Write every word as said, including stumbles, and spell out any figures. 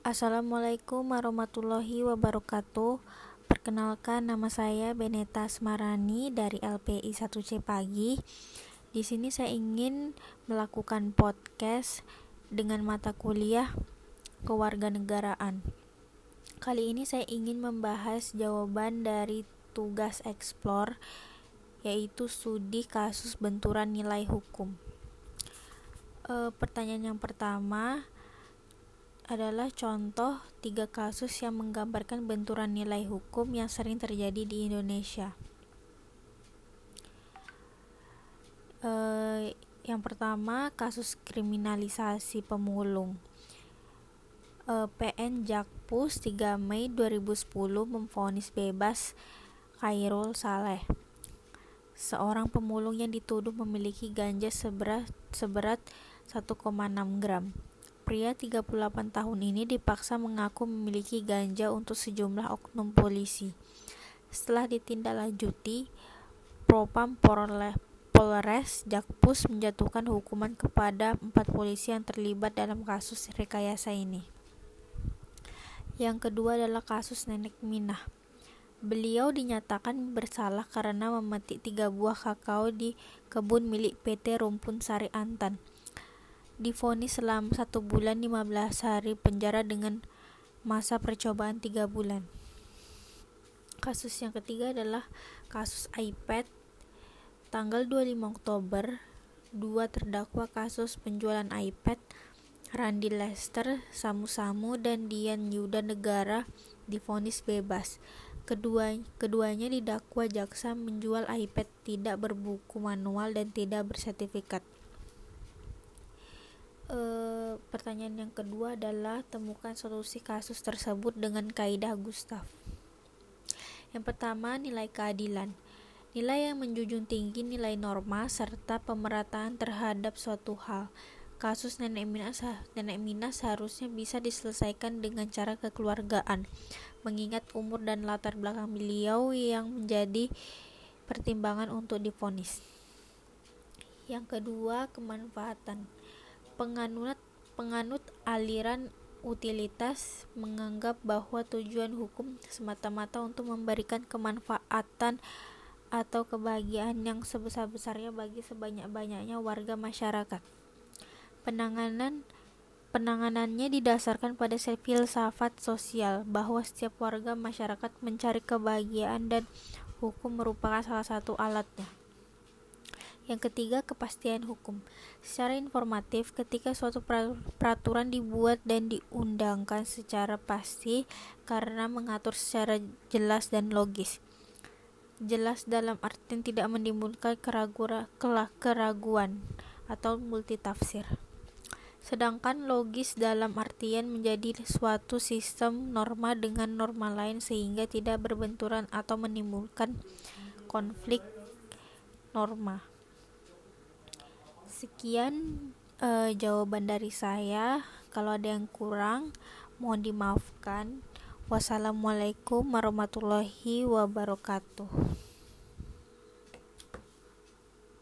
Assalamualaikum warahmatullahi wabarakatuh. Perkenalkan, nama saya Beneta Asmarani dari L P I satu C Pagi. Di sini saya ingin melakukan podcast dengan mata kuliah kewarganegaraan. Kali ini saya ingin membahas jawaban dari tugas eksplor, yaitu studi kasus benturan nilai hukum. E, pertanyaan yang pertama adalah contoh tiga kasus yang menggambarkan benturan nilai hukum yang sering terjadi di Indonesia. E, yang pertama, kasus kriminalisasi pemulung. E, P N Jakpus tiga Mei dua ribu sepuluh memvonis bebas Khairul Saleh, seorang pemulung yang dituduh memiliki ganja seberat, seberat satu koma enam gram. Pria tiga puluh delapan tahun ini dipaksa mengaku memiliki ganja untuk sejumlah oknum polisi. Setelah ditindaklanjuti, Propam Polres Jakpus menjatuhkan hukuman kepada empat polisi yang terlibat dalam kasus rekayasa ini. Yang kedua adalah kasus Nenek Minah. Beliau dinyatakan bersalah karena memetik tiga buah kakao di kebun milik P T Rumpun Sari Antan. Divonis selama satu bulan lima belas hari penjara dengan masa percobaan tiga bulan. Kasus yang ketiga adalah kasus iPad. Tanggal dua puluh lima Oktober, dua terdakwa kasus penjualan iPad, Randi Lester Samu-Samu dan Dian Yuda Negara, divonis bebas. Kedua, keduanya didakwa jaksa menjual iPad tidak berbuku manual dan tidak bersertifikat. E, pertanyaan yang kedua adalah temukan solusi kasus tersebut dengan kaidah Gustav. Yang pertama, nilai keadilan. Nilai yang menjunjung tinggi nilai norma serta pemerataan terhadap suatu hal. Kasus Nenek Minah, Nenek Minah seharusnya bisa diselesaikan dengan cara kekeluargaan, mengingat umur dan latar belakang beliau yang menjadi pertimbangan untuk divonis. Yang kedua, kemanfaatan. Penganut, penganut aliran utilitas menganggap bahwa tujuan hukum semata-mata untuk memberikan kemanfaatan atau kebahagiaan yang sebesar-besarnya bagi sebanyak-banyaknya warga masyarakat. Penanganan penanganannya didasarkan pada filsafat sosial bahwa setiap warga masyarakat mencari kebahagiaan dan hukum merupakan salah satu alatnya. Yang ketiga, kepastian hukum. Secara informatif, ketika suatu peraturan dibuat dan diundangkan secara pasti karena mengatur secara jelas dan logis. Jelas dalam artian tidak menimbulkan keraguan, keraguan atau multitafsir. Sedangkan logis dalam artian menjadi suatu sistem norma dengan norma lain sehingga tidak berbenturan atau menimbulkan konflik norma. Sekian eh, jawaban dari saya. Kalau ada yang kurang, mohon dimaafkan. Wassalamualaikum warahmatullahi wabarakatuh.